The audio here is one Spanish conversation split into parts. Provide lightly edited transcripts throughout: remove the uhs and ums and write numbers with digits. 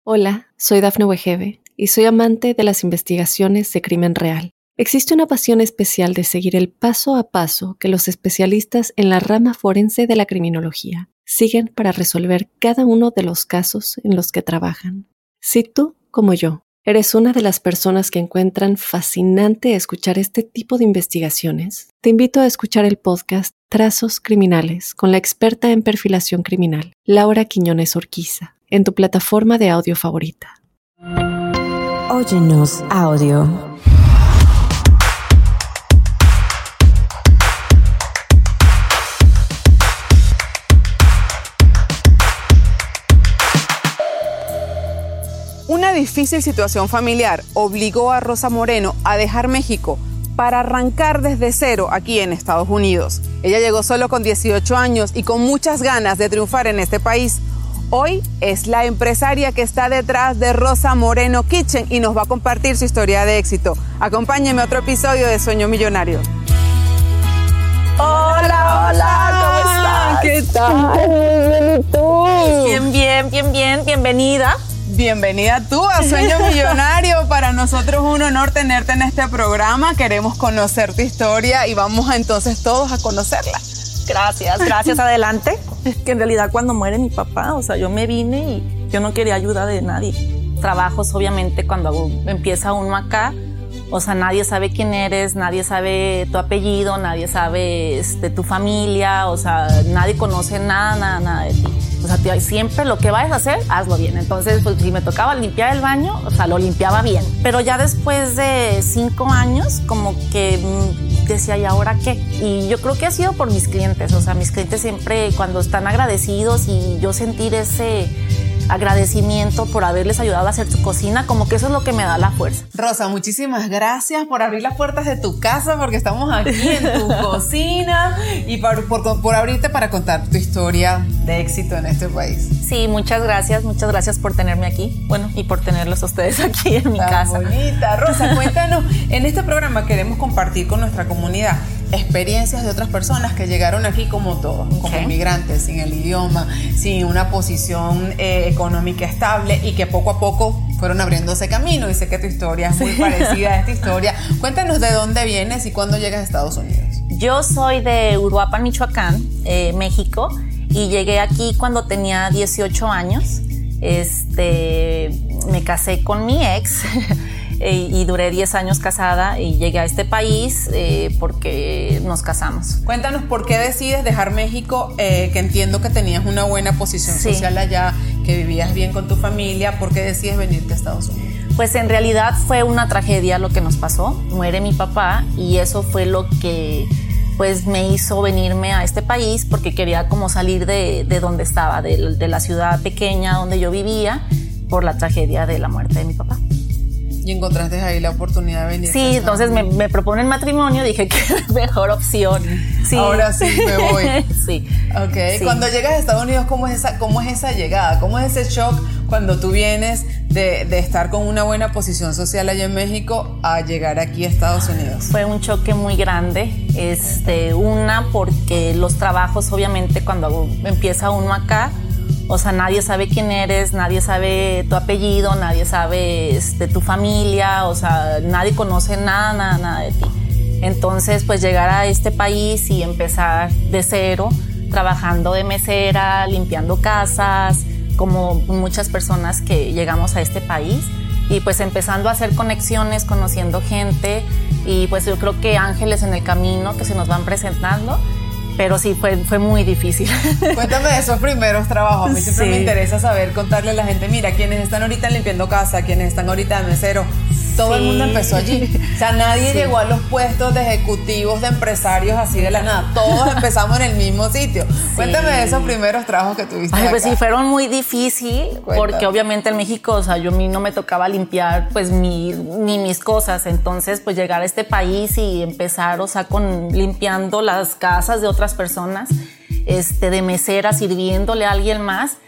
Hola, soy Dafne Wegebe y soy amante de las investigaciones de crimen real. Existe una pasión especial de seguir el paso a paso que los especialistas en la rama forense de la criminología siguen para resolver cada uno de los casos en los que trabajan. Si tú, como yo, eres una de las personas que encuentran fascinante escuchar este tipo de investigaciones, te invito a escuchar el podcast Trazos Criminales con la experta en perfilación criminal, Laura Quiñones Orquiza, en tu plataforma de audio favorita. Óyenos audio. Una difícil situación familiar obligó a Rosa Moreno a dejar México para arrancar desde cero aquí en Estados Unidos. Ella llegó solo con 18 años y con muchas ganas de triunfar en este país. Hoy es la empresaria que está detrás de Rosa Moreno Kitchen y nos va a compartir su historia de éxito. Acompáñenme a otro episodio de Sueño Millonario. Hola, ¿cómo estás? ¿Qué tal? ¿Tú? Bien, bienvenida. Bienvenida tú a Sueño Millonario. Para nosotros es un honor tenerte en este programa. Queremos conocer tu historia y vamos entonces todos a conocerla. Gracias, adelante. Es que en realidad cuando muere mi papá, yo me vine y yo no quería ayuda de nadie. Trabajos, obviamente, cuando empieza uno acá, nadie sabe quién eres, nadie sabe tu apellido, nadie sabe tu familia, nadie conoce nada de ti. Siempre lo que vayas a hacer, hazlo bien. Entonces, pues, si me tocaba limpiar el baño, lo limpiaba bien. Pero ya después de 5 años, como que decía, ¿y ahora qué? Y yo creo que ha sido por mis clientes. Mis clientes siempre, cuando están agradecidos y yo sentir ese agradecimiento por haberles ayudado a hacer su cocina, como que eso es lo que me da la fuerza. Rosa, muchísimas gracias por abrir las puertas de tu casa, porque estamos aquí en tu cocina y por abrirte para contar tu historia de éxito en este país. Sí, muchas gracias por tenerme aquí, y por tenerlos a ustedes aquí en mi casa. Bonita. Rosa, cuéntanos, en este programa queremos compartir con nuestra comunidad experiencias de otras personas que llegaron aquí como todos, como inmigrantes, sin el idioma, sin una posición económica estable y que poco a poco fueron abriéndose camino. Y sé que tu historia es muy parecida a esta historia. Cuéntanos de dónde vienes y cuándo llegas a Estados Unidos. Yo soy de Uruapan, Michoacán, México, y llegué aquí cuando tenía 18 años. Me casé con mi ex y duré 10 años casada y llegué a este país porque nos casamos. Cuéntanos por qué decides dejar México, que entiendo que tenías una buena posición social allá, que vivías bien con tu familia. ¿Por qué decides venirte a Estados Unidos? Pues en realidad fue una tragedia lo que nos pasó. Muere mi papá y eso fue lo que pues me hizo venirme a este país, porque quería como salir de donde estaba, de la ciudad pequeña donde yo vivía, por la tragedia de la muerte de mi papá. ¿Y encontraste ahí la oportunidad de venir? Sí, entonces me proponen matrimonio, dije que mejor opción. Sí. Ahora sí me voy. Sí. Okay. Sí. Cuando llegas a Estados Unidos, ¿cómo es esa llegada? ¿Cómo es ese shock cuando tú vienes de estar con una buena posición social allá en México a llegar aquí a Estados Unidos? Fue un choque muy grande. Porque los trabajos, obviamente, cuando empieza uno acá, nadie sabe quién eres, nadie sabe tu apellido, nadie sabe tu familia, nadie conoce nada de ti. Entonces, pues llegar a este país y empezar de cero, trabajando de mesera, limpiando casas, como muchas personas que llegamos a este país, y pues empezando a hacer conexiones, conociendo gente, y pues yo creo que ángeles en el camino que se nos van presentando. Pero sí, fue muy difícil. Cuéntame de esos primeros trabajos. A mí siempre me interesa saber, contarle a la gente, mira, quienes están ahorita limpiando casa, quienes están ahorita de mesero, todo el mundo empezó allí. Nadie llegó a los puestos de ejecutivos, de empresarios así de la nada. Todos empezamos en el mismo sitio. Cuéntame de esos primeros trabajos que tuviste acá. Pues sí, fueron muy difíciles, porque obviamente en México, a mí no me tocaba limpiar pues ni mis cosas. Entonces, pues llegar a este país y empezar, limpiando las casas de otras personas, de mesera, sirviéndole a alguien más,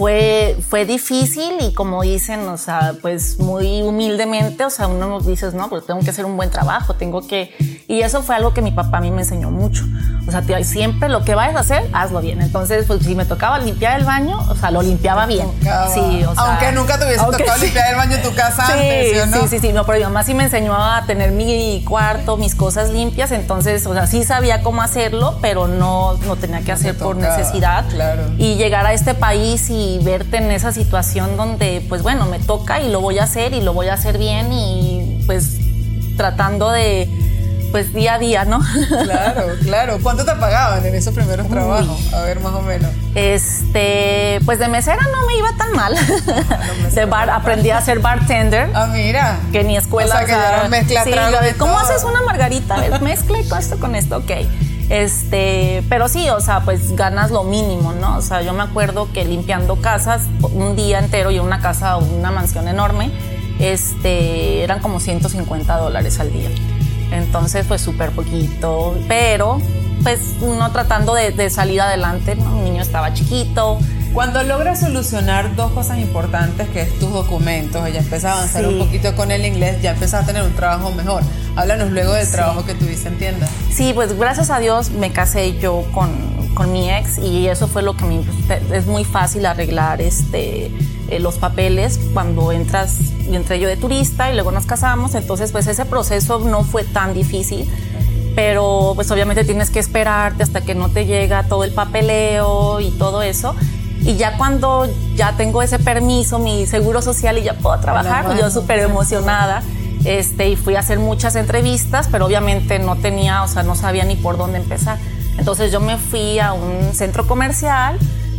fue difícil y como dicen, o sea, pues muy humildemente, o sea, uno nos dice, no, pues tengo que hacer un buen trabajo, y eso fue algo que mi papá a mí me enseñó mucho. O sea, tía, siempre lo que vayas a hacer, hazlo bien. Entonces, pues si me tocaba limpiar el baño, o sea, lo limpiaba bien. Sí, o sea, aunque nunca te hubiese tocado limpiar el baño en tu casa antes, ¿sí o no? Sí, no, pero mi mamá sí me enseñó a tener mi cuarto, mis cosas limpias, entonces, o sea, sí sabía cómo hacerlo, pero no tenía que hacer por necesidad. Claro. Y llegar a este país y verte en esa situación donde, pues bueno, me toca y lo voy a hacer y lo voy a hacer bien y pues tratando de, pues día a día, ¿no? Claro. ¿Cuánto te pagaban en esos primeros trabajos? A ver, más o menos. Pues de mesera no me iba tan mal. Aprendí a ser bartender. Ah, mira. Que ni escuela. O sea, que ya era mezcla tragos. ¿Cómo haces una margarita? Mezcla esto con esto, ok. Pero sí, o sea, pues ganas lo mínimo, ¿no? O sea, yo me acuerdo que limpiando casas un día entero y una casa, una mansión enorme, eran como $150 al día. Entonces, pues súper poquito, pero pues uno tratando de salir adelante, ¿no? Mi niño estaba chiquito. Cuando logras solucionar dos cosas importantes, que es tus documentos, ya empezás a avanzar un poquito con el inglés, ya empezás a tener un trabajo mejor. Háblanos luego del trabajo que tuviste en tienda. Sí, pues gracias a Dios me casé yo con mi ex y eso fue lo que es muy fácil arreglar los papeles cuando entré yo de turista y luego nos casamos, entonces pues ese proceso no fue tan difícil, pero pues obviamente tienes que esperarte hasta que no te llega todo el papeleo y todo eso. Y ya cuando ya tengo ese permiso, mi seguro social y ya puedo trabajar, pues yo súper emocionada. Y fui a hacer muchas entrevistas, pero obviamente no sabía ni por dónde empezar. Entonces yo me fui a un centro comercial,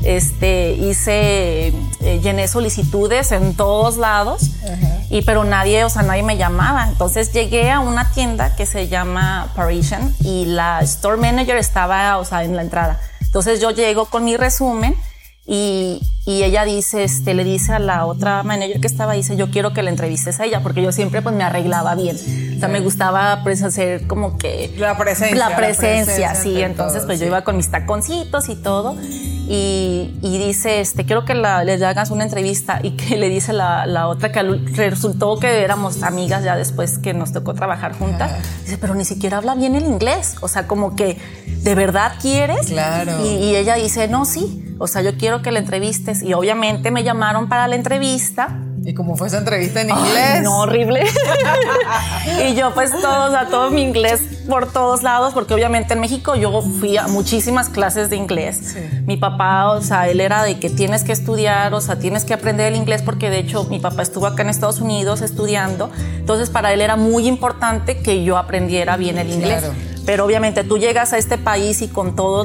llené solicitudes en todos lados, pero nadie me llamaba. Entonces llegué a una tienda que se llama Parisian y la store manager estaba, en la entrada. Entonces yo llego con mi resumen y ella dice, le dice a la otra manager que estaba, dice, yo quiero que la entrevistes a ella, porque yo siempre pues me arreglaba bien. O sea, me gustaba pues hacer como que la presencia, sí. Entonces todo, pues yo iba con mis taconcitos y todo. Y dice, quiero que les hagas una entrevista, y que le dice la otra, que resultó que éramos amigas ya después que nos tocó trabajar juntas. Dice, pero ni siquiera habla bien el inglés. O sea, como que, ¿de verdad quieres? Claro. Y ella dice, no, sí. O sea, yo quiero que la entrevistes. Y obviamente me llamaron para la entrevista. ¿Y cómo fue esa entrevista en inglés? Ay, no, horrible. Y yo pues todo mi inglés por todos lados, porque obviamente en México yo fui a muchísimas clases de inglés. Sí. Mi papá, él era de que tienes que estudiar, tienes que aprender el inglés, porque de hecho mi papá estuvo acá en Estados Unidos estudiando. Entonces para él era muy importante que yo aprendiera bien el inglés. Claro. Pero obviamente tú llegas a este país y con todos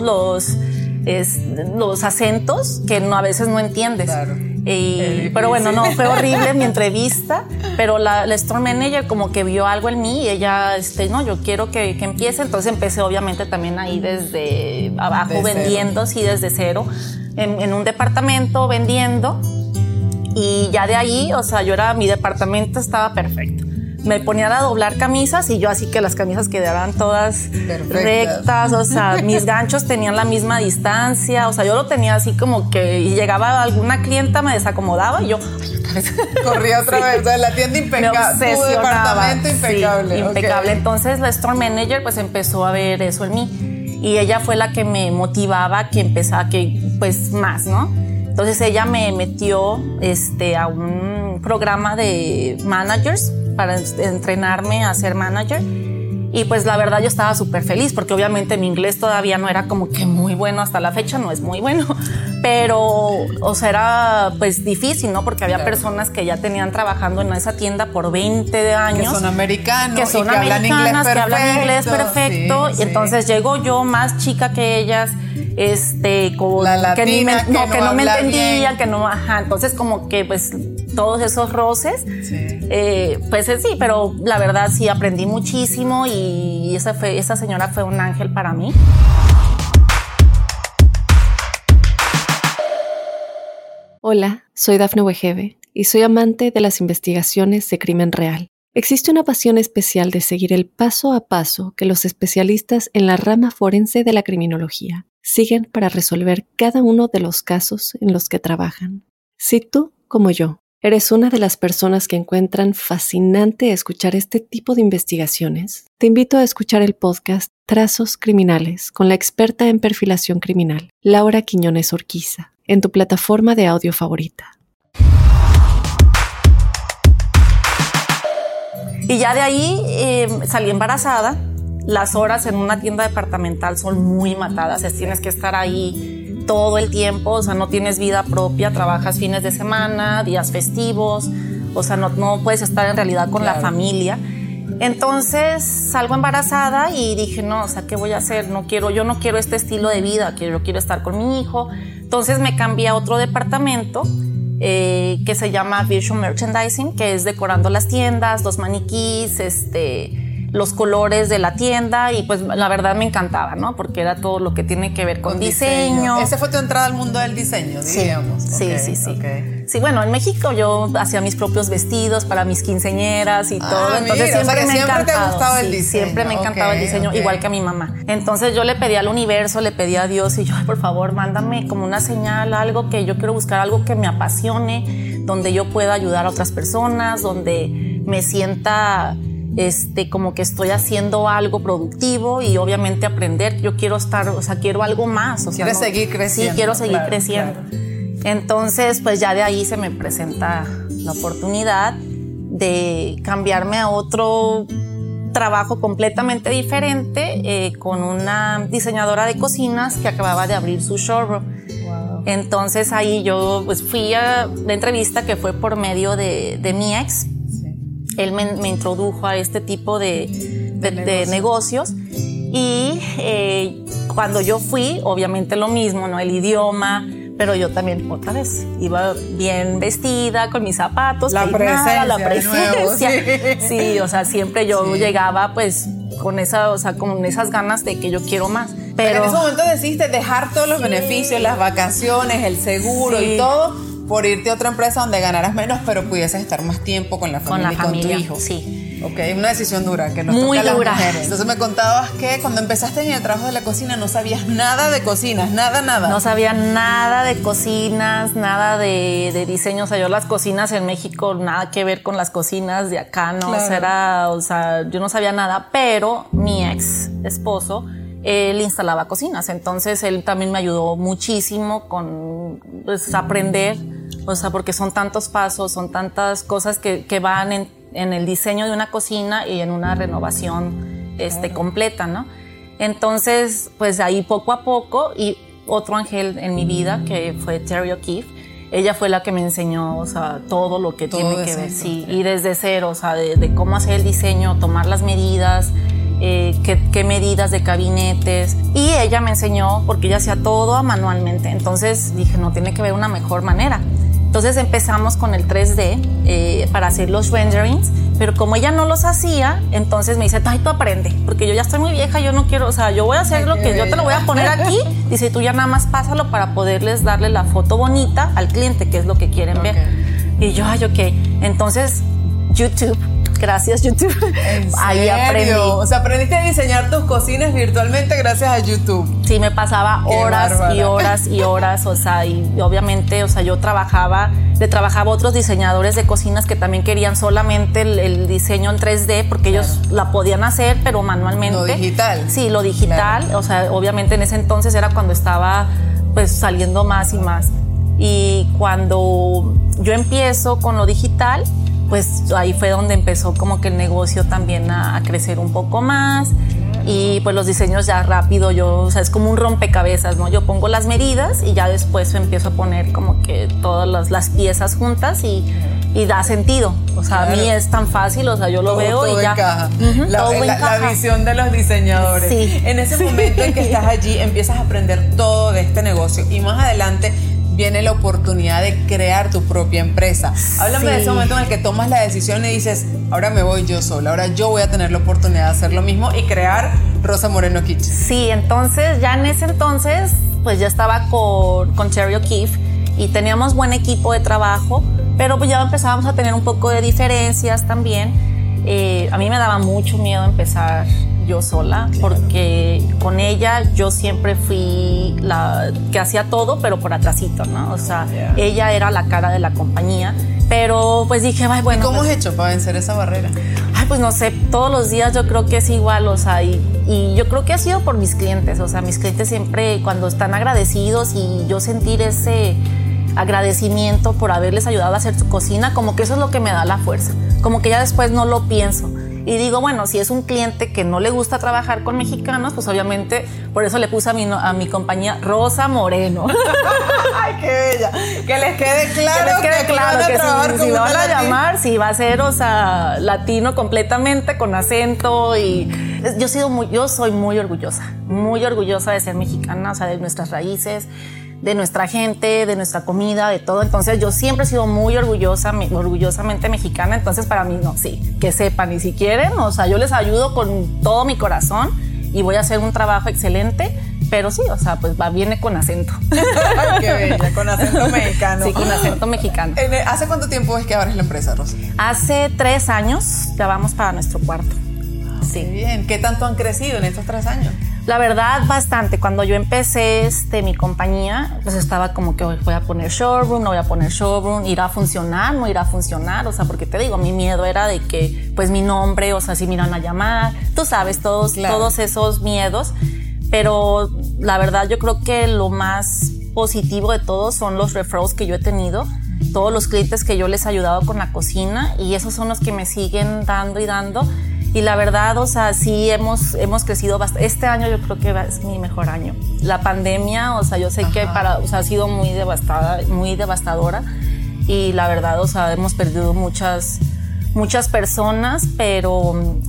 los acentos que a veces no entiendes. Claro. Pero bueno, no, fue horrible mi entrevista, pero la store manager como que vio algo en mí y ella, no, yo quiero que empiece. Entonces empecé obviamente también ahí desde abajo, vendiendo, sí, desde cero, en un departamento vendiendo. Y ya de ahí, mi departamento estaba perfecto. Me ponían a doblar camisas y yo así que las camisas quedaran todas rectas, mis ganchos tenían la misma distancia, yo lo tenía así como que, y llegaba alguna clienta, me desacomodaba y yo corría otra vez, la tienda impecable, tu departamento impecable. Sí, impecable. Okay. Entonces la store manager pues empezó a ver eso en mí y ella fue la que me motivaba que empezara, pues más, ¿no? Entonces ella me metió a un programa de managers para entrenarme a ser manager. Y pues la verdad yo estaba súper feliz, porque obviamente mi inglés todavía no era como que muy bueno, hasta la fecha no es muy bueno, pero era pues difícil, ¿no? Porque había personas que ya tenían trabajando en esa tienda por 20 años. Que son americanos, que hablan inglés perfecto. Sí, y entonces llego yo más chica que ellas, con la latina, que no me entendían, que no, entonces como que pues todos esos roces, pues sí, pero la verdad sí aprendí muchísimo y esa señora fue un ángel para mí. Hola, soy Dafne Wegebe y soy amante de las investigaciones de crimen real. Existe una pasión especial de seguir el paso a paso que los especialistas en la rama forense de la criminología siguen para resolver cada uno de los casos en los que trabajan. Si tú, como yo, eres una de las personas que encuentran fascinante escuchar este tipo de investigaciones, te invito a escuchar el podcast Trazos Criminales con la experta en perfilación criminal, Laura Quiñones Orquiza, en tu plataforma de audio favorita. Y ya de ahí salí embarazada. Las horas en una tienda departamental son muy matadas, tienes que estar ahí todo el tiempo, o sea, no tienes vida propia, trabajas fines de semana, días festivos, o sea, no puedes estar en realidad con la familia. Entonces salgo embarazada y dije, no, o sea, ¿qué voy a hacer? Yo no quiero este estilo de vida, yo quiero estar con mi hijo. Entonces me cambié a otro departamento que se llama Visual Merchandising, que es decorando las tiendas, los maniquís, los colores de la tienda, y pues la verdad me encantaba, ¿no? Porque era todo lo que tiene que ver con diseño. ¿Esa fue tu entrada al mundo del diseño, diríamos? Sí, okay. Sí, bueno, en México yo hacía mis propios vestidos para mis quinceañeras y todo. Entonces siempre me encantaba. Te ha gustado el diseño. Siempre me encantaba el diseño, igual que a mi mamá. Entonces yo le pedí al universo, le pedí a Dios, y yo, por favor, mándame como una señal, algo que yo quiero buscar, algo que me apasione, donde yo pueda ayudar a otras personas, donde me sienta como que estoy haciendo algo productivo y obviamente aprender. Yo quiero estar, o sea, quiero algo más. O sea, ¿Quieres seguir creciendo? Sí, quiero seguir creciendo. Claro. Entonces, pues ya de ahí se me presenta la oportunidad de cambiarme a otro trabajo completamente diferente con una diseñadora de cocinas que acababa de abrir su showroom. Wow. Entonces ahí yo pues fui a la entrevista, que fue por medio de mi ex. Él me introdujo a este tipo de negocios y cuando yo fui, obviamente lo mismo, ¿no? El idioma, pero yo también otra vez iba bien vestida, con mis zapatos, la presencia. Sí, o sea, siempre yo llegaba pues con esas ganas de que yo quiero más. Pero en ese momento decidiste dejar todos los beneficios, las vacaciones, el seguro y todo, por irte a otra empresa donde ganaras menos, pero pudieses estar más tiempo con la familia y con tu hijo. Sí. Ok, es una decisión dura que nos muy toca dura. A las mujeres. Entonces me contabas que cuando empezaste en el trabajo de la cocina no sabías nada de cocinas, nada. No sabía nada de cocinas, nada de diseño. O sea, yo las cocinas en México, nada que ver con las cocinas de acá, ¿no? Claro. O sea, yo no sabía nada, pero mi ex esposo, él instalaba cocinas. Entonces él también me ayudó muchísimo con pues, aprender. O sea, porque son tantos pasos, son tantas cosas que van en el diseño de una cocina y en una renovación completa, ¿no? Entonces, pues ahí poco a poco, y otro ángel en mi vida, que fue Terry O'Keefe, ella fue la que me enseñó, o sea, todo lo que tiene que ver, sí, y desde cero, o sea, de cómo hacer el diseño, tomar las medidas, qué medidas de gabinetes, y ella me enseñó, porque ella hacía todo manualmente. Entonces dije, no, tiene que haber una mejor manera. Entonces empezamos con el 3D para hacer los renderings, pero como ella no los hacía, entonces me dice, ay, tú aprende, porque yo ya estoy muy vieja, yo no quiero, o sea, yo voy a hacer lo que yo te lo voy a poner aquí. Dice, tú ya nada más pásalo para poderles darle la foto bonita al cliente, que es lo que quieren ver. Y yo, ay, ok. Entonces, YouTube. Gracias, YouTube. Ahí aprendí. O sea, aprendiste a diseñar tus cocinas virtualmente gracias a YouTube. Sí, me pasaba horas y horas y horas, o sea, y obviamente, o sea, yo le trabajaba a otros diseñadores de cocinas que también querían solamente el diseño en 3D, porque ellos la podían hacer, pero manualmente. Lo digital. Sí, lo digital, claro. O sea, obviamente en ese entonces era cuando estaba, pues, saliendo más y más. Y cuando yo empiezo con lo digital, pues ahí fue donde empezó como que el negocio también a crecer un poco más, y pues los diseños ya rápido, o sea, es como un rompecabezas, ¿no? Yo pongo las medidas y ya después empiezo a poner como que todas las piezas juntas y da sentido. O sea, claro. A mí es tan fácil, o sea, yo lo veo todo y ya. Encaja. Todo encaja. La visión de los diseñadores. Sí. En ese momento en que estás allí, empiezas a aprender todo de este negocio, y más adelante viene la oportunidad de crear tu propia empresa. Háblame de ese momento en el que tomas la decisión y dices, ahora me voy yo sola, ahora yo voy a tener la oportunidad de hacer lo mismo y crear Rosa Moreno Kitchen. Sí, entonces, ya en ese entonces, pues ya estaba con Terry O'Keefe y teníamos buen equipo de trabajo, pero pues ya empezábamos a tener un poco de diferencias también. A mí me daba mucho miedo empezar yo sola, porque con ella yo siempre fui la que hacía todo, pero por atrasito, ¿no? O sea, ella era la cara de la compañía, pero pues dije, ay, bueno. ¿Y cómo pues, has hecho para vencer esa barrera? Ay, pues no sé, todos los días yo creo que es igual, o sea, y yo creo que ha sido por mis clientes, o sea, mis clientes siempre cuando están agradecidos y yo sentir ese agradecimiento por haberles ayudado a hacer su cocina, como que eso es lo que me da la fuerza, como que ya después no lo pienso. Y digo, bueno, si es un cliente que no le gusta trabajar con mexicanos, pues obviamente por eso le puse a mi compañía Rosa Moreno. ¡Ay, qué bella! Que les quede claro que si van a llamar, si va a ser, o sea, latino completamente, con acento. Y yo soy muy orgullosa de ser mexicana, o sea, de nuestras raíces, de nuestra gente, de nuestra comida, de todo. Entonces yo siempre he sido muy orgullosamente mexicana. Entonces para mí, no, sí, que sepan. Y si quieren, o sea, yo les ayudo con todo mi corazón y voy a hacer un trabajo excelente. Pero sí, o sea, pues viene con acento. Ay, qué bella, con acento mexicano. Sí, con acento mexicano. ¿Hace cuánto tiempo es que abres la empresa, Rosa? Hace 3 años, ya vamos para nuestro 4º. Sí. Qué bien. ¿Qué tanto han crecido en estos 3 años? La verdad, bastante. Cuando yo empecé mi compañía, pues estaba como que voy a poner showroom, no voy a poner showroom, irá a funcionar, no irá a funcionar, o sea, porque te digo, mi miedo era de que, pues mi nombre, o sea, si me iban a llamar, tú sabes, todos esos miedos, pero la verdad yo creo que lo más positivo de todos son los referrals que yo he tenido, todos los clientes que yo les he ayudado con la cocina y esos son los que me siguen dando y dando. Y la verdad, o sea, sí hemos crecido bastante. Este año yo creo que es mi mejor año. La pandemia, o sea, yo sé que ha sido muy devastadora. Y la verdad, o sea, hemos perdido muchas personas, pero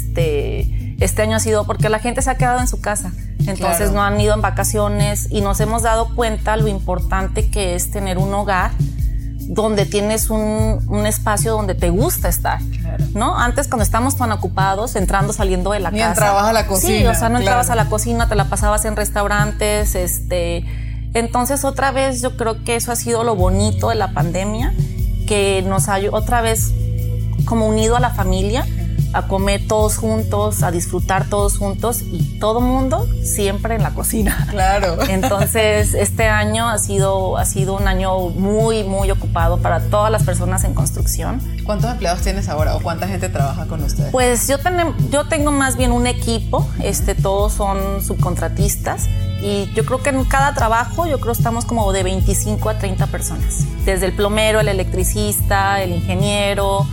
este año ha sido porque la gente se ha quedado en su casa. Entonces no han ido en vacaciones y nos hemos dado cuenta lo importante que es tener un hogar donde tienes un espacio donde te gusta estar, ¿no? Antes cuando estamos tan ocupados, entrando, saliendo de la casa. Ni entrabas a la cocina. Sí, o sea, no entrabas a la cocina, te la pasabas en restaurantes, Entonces otra vez yo creo que eso ha sido lo bonito de la pandemia, que nos ha otra vez como unido a la familia, a comer todos juntos, a disfrutar todos juntos y todo mundo siempre en la cocina. Claro. Entonces, este año ha sido un año muy, muy ocupado para todas las personas en construcción. ¿Cuántos empleados tienes ahora o cuánta gente trabaja con ustedes? Pues yo tengo más bien un equipo, todos son subcontratistas y yo creo que en cada trabajo, estamos como de 25 a 30 personas. Desde el plomero, el electricista, el ingeniero,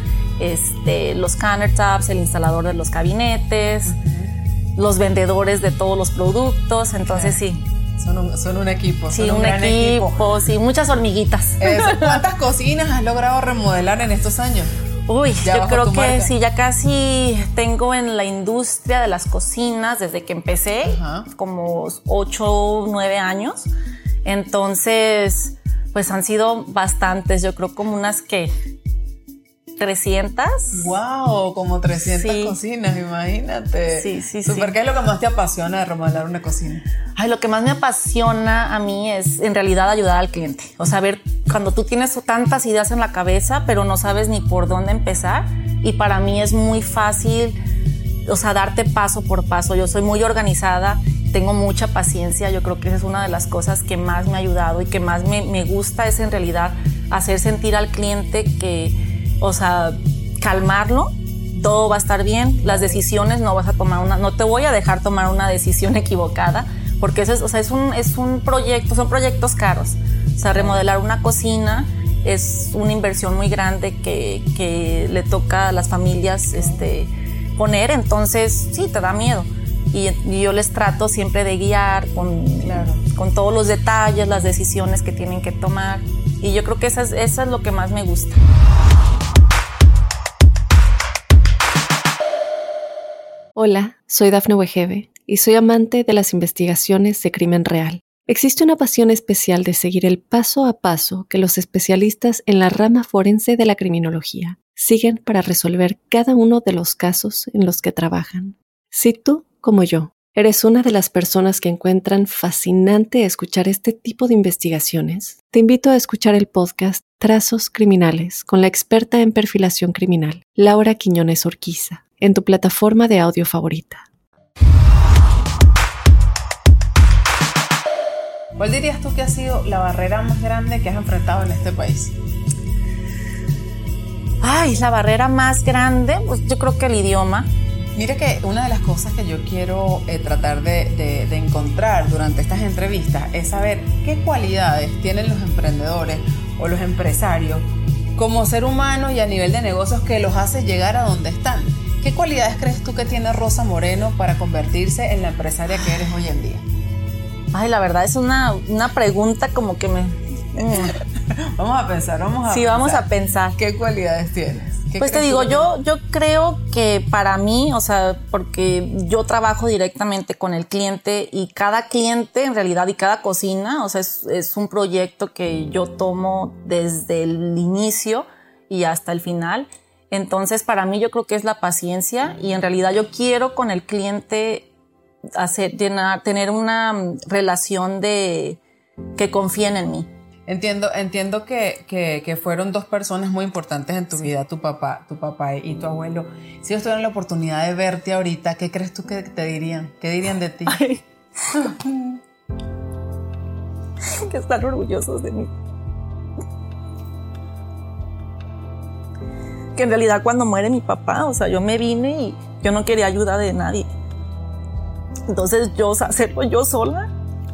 los countertops, el instalador de los gabinetes, los vendedores de todos los productos, entonces sí. Son un equipo. Sí, un gran equipo, sí, muchas hormiguitas. ¿Cuántas cocinas has logrado remodelar en estos años? Uy, yo creo que sí, ya casi tengo en la industria de las cocinas desde que empecé, como 8 o 9 años. Entonces, pues han sido bastantes, yo creo como unas que 300. ¡Wow! Como 300 cocinas, imagínate. Sí. Súper. ¿Qué es lo que más te apasiona de remodelar una cocina? Ay, lo que más me apasiona a mí es en realidad ayudar al cliente. O sea, ver cuando tú tienes tantas ideas en la cabeza, pero no sabes ni por dónde empezar. Y para mí es muy fácil, o sea, darte paso por paso. Yo soy muy organizada, tengo mucha paciencia. Yo creo que esa es una de las cosas que más me ha ayudado y que más me gusta es en realidad hacer sentir al cliente que, o sea, calmarlo, todo va a estar bien, las decisiones no te voy a dejar tomar una decisión equivocada, porque eso es un proyecto, son proyectos caros. O sea, remodelar una cocina es una inversión muy grande que le toca a las familias poner, entonces sí, te da miedo. Y yo les trato siempre de guiar con todos los detalles, las decisiones que tienen que tomar. Y yo creo que eso es lo que más me gusta. Hola, soy Dafne Wegebe y soy amante de las investigaciones de crimen real. Existe una pasión especial de seguir el paso a paso que los especialistas en la rama forense de la criminología siguen para resolver cada uno de los casos en los que trabajan. Si tú, como yo, eres una de las personas que encuentran fascinante escuchar este tipo de investigaciones, te invito a escuchar el podcast Trazos Criminales con la experta en perfilación criminal, Laura Quiñones Orquiza, en tu plataforma de audio favorita. ¿Cuál dirías tú que ha sido la barrera más grande que has enfrentado en este país? Ay, la barrera más grande, pues yo creo que el idioma. Mira que una de las cosas que yo quiero tratar de encontrar durante estas entrevistas es saber qué cualidades tienen los emprendedores o los empresarios como ser humano y a nivel de negocios que los hace llegar a donde están. ¿Qué cualidades crees tú que tiene Rosa Moreno para convertirse en la empresaria que eres hoy en día? Ay, la verdad es una pregunta como que me... Vamos a pensar. Sí, vamos a pensar. ¿Qué cualidades tienes? Pues te digo, yo creo que para mí, o sea, porque yo trabajo directamente con el cliente y cada cliente en realidad y cada cocina, o sea, es un proyecto que yo tomo desde el inicio y hasta el final. Entonces, para mí yo creo que es la paciencia y en realidad yo quiero con el cliente tener una relación de que confíen en mí. Entiendo que fueron dos personas muy importantes en tu vida, tu papá y tu abuelo. Si ellos tuvieran la oportunidad de verte ahorita, ¿qué crees tú que te dirían? ¿Qué dirían de ti? Ay. Que están orgullosos de mí. Que en realidad cuando muere mi papá, o sea, yo me vine y yo no quería ayuda de nadie. Entonces hacerlo yo sola.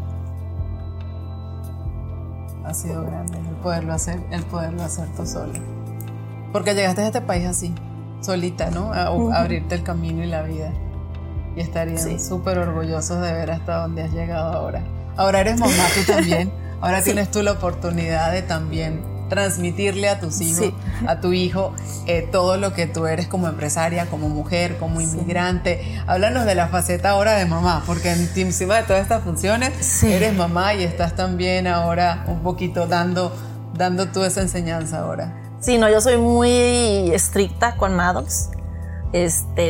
Ha sido grande el poderlo hacer tú sola. Porque llegaste a este país así, solita, ¿no? A abrirte el camino y la vida. Y estarían súper orgullosos de ver hasta dónde has llegado ahora. Ahora eres mamá tú también. Ahora tienes tú la oportunidad de también transmitirle a tus hijos, a tu hijo, todo lo que tú eres como empresaria, como mujer, como inmigrante. Háblanos de la faceta ahora de mamá, porque encima de todas estas funciones, eres mamá y estás también ahora un poquito dando tú esa enseñanza ahora. Sí, no, yo soy muy estricta con Maddox. Y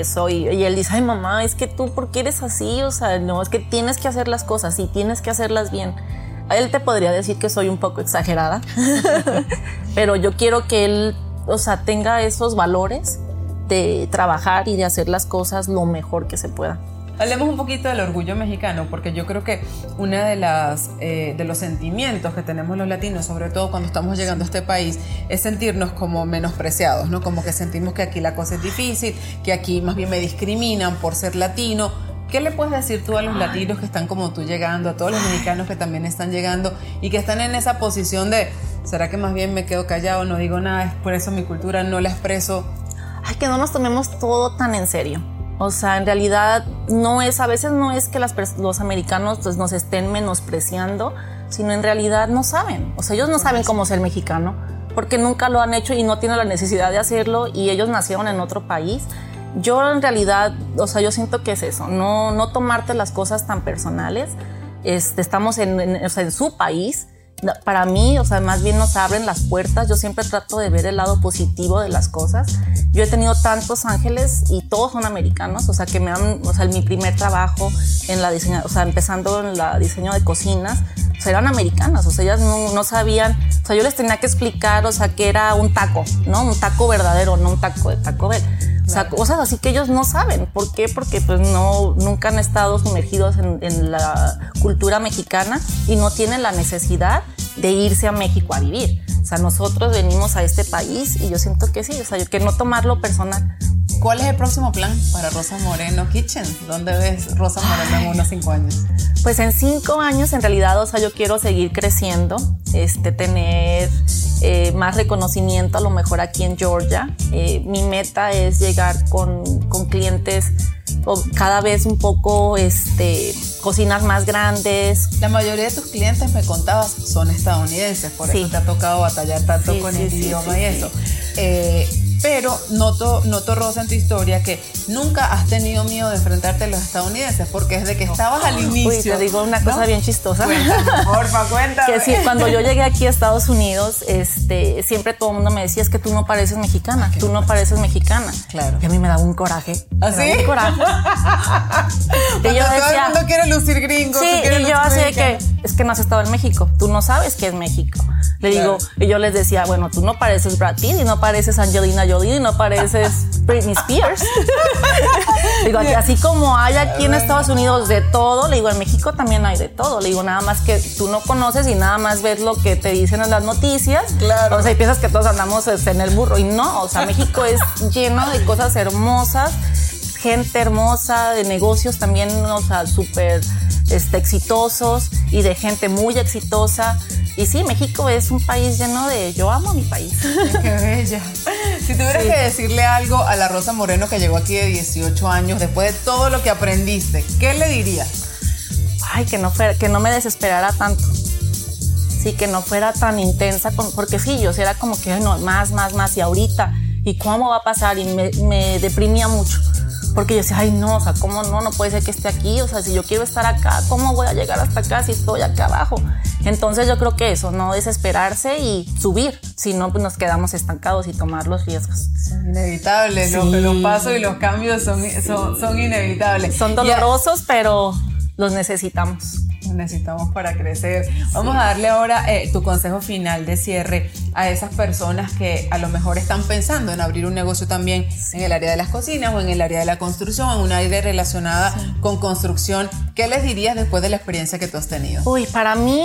él dice, ay mamá, es que tú, ¿por qué eres así? O sea, no, es que tienes que hacer las cosas y tienes que hacerlas bien. Él te podría decir que soy un poco exagerada, pero yo quiero que él, o sea, tenga esos valores de trabajar y de hacer las cosas lo mejor que se pueda. Hablemos un poquito del orgullo mexicano, porque yo creo que uno de los sentimientos que tenemos los latinos, sobre todo cuando estamos llegando a este país, es sentirnos como menospreciados, ¿no? Como que sentimos que aquí la cosa es difícil, que aquí más bien me discriminan por ser latino. ¿Qué le puedes decir tú a los latinos que están como tú llegando, a todos los mexicanos que también están llegando y que están en esa posición de, ¿será que más bien me quedo callado, no digo nada, es por eso mi cultura no la expreso? Ay, que no nos tomemos todo tan en serio. O sea, en realidad a veces no es que los americanos pues, nos estén menospreciando, sino en realidad no saben. O sea, ellos no saben cómo ser mexicano porque nunca lo han hecho y no tienen la necesidad de hacerlo y ellos nacieron en otro país. Yo en realidad, o sea, yo siento que es eso, no tomarte las cosas tan personales. Estamos en su país. Para mí, o sea, más bien nos abren las puertas. Yo siempre trato de ver el lado positivo de las cosas. Yo he tenido tantos ángeles y todos son americanos, o sea, que mi primer trabajo en la diseño, o sea, empezando en la diseño de cocinas, o sea, eran americanas, o sea, ellas no sabían, o sea, yo les tenía que explicar, o sea, que era un taco, ¿no? Un taco verdadero, no un taco de Taco Bell. O sea, cosas así que ellos no saben. ¿Por qué? Porque pues nunca han estado sumergidos en la cultura mexicana y no tienen la necesidad de irse a México a vivir. O sea, nosotros venimos a este país y yo siento que sí, o sea, que no tomarlo personal. ¿Cuál es el próximo plan para Rosa Moreno Kitchen? ¿Dónde ves Rosa Moreno en unos 5 años? Pues en 5 años, en realidad, o sea, yo quiero seguir creciendo, tener más reconocimiento a lo mejor aquí en Georgia. Mi meta es llegar con clientes cada vez un poco, cocinas más grandes. La mayoría de tus clientes, me contabas, son estadounidenses, por eso te ha tocado batallar tanto con el idioma y eso. Pero noto, Rosa, en tu historia que nunca has tenido miedo de enfrentarte a los estadounidenses, porque desde que estabas al inicio... Uy, te digo una cosa bien chistosa. Cuéntame, porfa, cuéntame. Que sí, cuando yo llegué aquí a Estados Unidos, siempre todo el mundo me decía, es que tú no pareces mexicana, tú no pareces mexicana. Claro. Y a mí me daba un coraje. ¿Ah, sí? Un coraje. Todo el mundo quiere lucir gringo. Sí, y yo así de que, es que no has estado en México, tú no sabes qué es México. Le digo, y yo les decía, bueno, tú no pareces Brad Pitt y no pareces Angelina Jolie, no pareces Britney Spears. Digo, así como hay aquí en Estados Unidos de todo, le digo, en México también hay de todo. Le digo, nada más que tú no conoces y nada más ves lo que te dicen en las noticias. Claro. O sea, y piensas que todos andamos en el burro. Y no, o sea, México es lleno de cosas hermosas, gente hermosa, de negocios también, o sea, súper exitosos y de gente muy exitosa. Y sí, México es un país lleno de... Yo amo mi país. ¡Qué bella! Si tuvieras que decirle algo a la Rosa Moreno que llegó aquí de 18 años, después de todo lo que aprendiste, ¿qué le dirías? Ay, que no me desesperara tanto. Sí, que no fuera tan intensa, porque sí, yo sí era como que, ay, no, más, y ahorita, ¿y cómo va a pasar? Y me deprimía mucho. Porque yo decía, ay, no, o sea, ¿cómo no puede ser que esté aquí? O sea, si yo quiero estar acá, ¿cómo voy a llegar hasta acá si estoy acá abajo? Entonces yo creo que eso, no desesperarse y subir, si no, pues nos quedamos estancados y tomar los riesgos. Son inevitables, sí. Los pasos y los cambios son inevitables. Son dolorosos, pero los necesitamos. Los necesitamos para crecer. Vamos a darle ahora tu consejo final de cierre a esas personas que a lo mejor están pensando en abrir un negocio también en el área de las cocinas o en el área de la construcción, en un área relacionada con construcción. ¿Qué les dirías después de la experiencia que tú has tenido? Uy, para mí,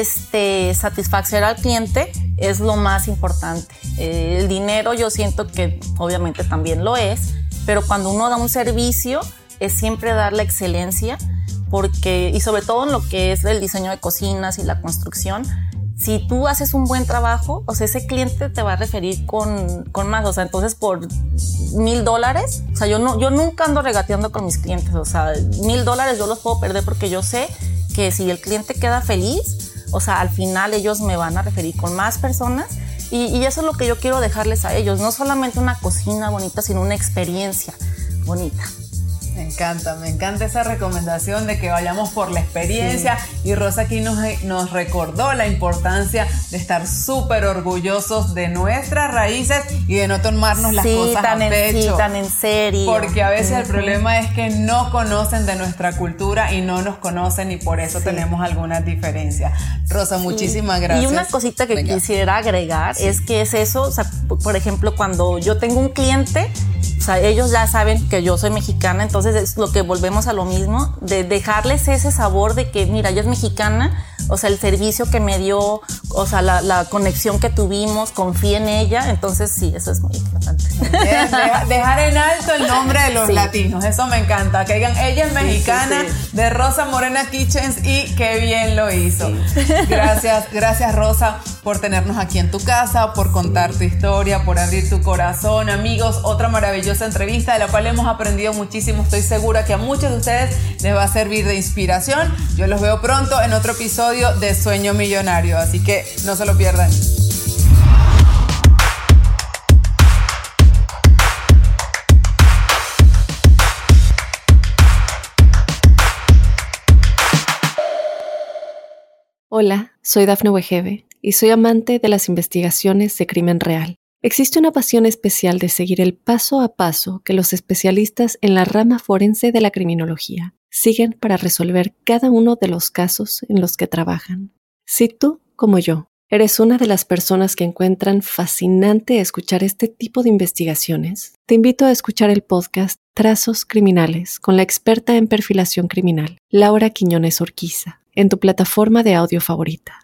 satisfacer al cliente es lo más importante. El dinero yo siento que obviamente también lo es, pero cuando uno da un servicio es siempre dar la excelencia, porque, y sobre todo en lo que es el diseño de cocinas y la construcción, si tú haces un buen trabajo, o sea, ese cliente te va a referir con más, o sea, entonces por $1,000, o sea, yo nunca ando regateando con mis clientes, o sea, $1,000 yo los puedo perder porque yo sé que si el cliente queda feliz, o sea, al final ellos me van a referir con más personas y eso es lo que yo quiero dejarles a ellos, no solamente una cocina bonita, sino una experiencia bonita. Me encanta esa recomendación de que vayamos por la experiencia. Sí. Y Rosa aquí nos recordó la importancia de estar súper orgullosos de nuestras raíces y de no tomarnos las cosas a pecho. Sí, tan en serio. Porque a veces el problema es que no conocen de nuestra cultura y no nos conocen y por eso tenemos algunas diferencias. Rosa, muchísimas gracias. Y una cosita que quisiera agregar es que es eso, o sea, por ejemplo, cuando yo tengo un cliente, o sea, ellos ya saben que yo soy mexicana, entonces es lo que volvemos a lo mismo, de dejarles ese sabor de que, mira, ella es mexicana, o sea, el servicio que me dio, o sea, la conexión que tuvimos, confié en ella, entonces sí, eso es muy importante. Bien, dejar en alto el nombre de los latinos, eso me encanta, que digan, ella es mexicana, de Rosa Morena Kitchens y qué bien lo hizo. Gracias Rosa por tenernos aquí en tu casa, por contar tu historia, por abrir tu corazón. Amigos, otra maravillosa entrevista de la cual hemos aprendido muchísimo, estoy segura que a muchos de ustedes les va a servir de inspiración. Yo los veo pronto en otro episodio de Sueño Millonario, así que no se lo pierdan. Hola, soy Dafne Wegebe y soy amante de las investigaciones de crimen real. Existe una pasión especial de seguir el paso a paso que los especialistas en la rama forense de la criminología siguen para resolver cada uno de los casos en los que trabajan. Si tú, como yo, eres una de las personas que encuentran fascinante escuchar este tipo de investigaciones, te invito a escuchar el podcast Trazos Criminales con la experta en perfilación criminal, Laura Quiñones Orquiza, en tu plataforma de audio favorita.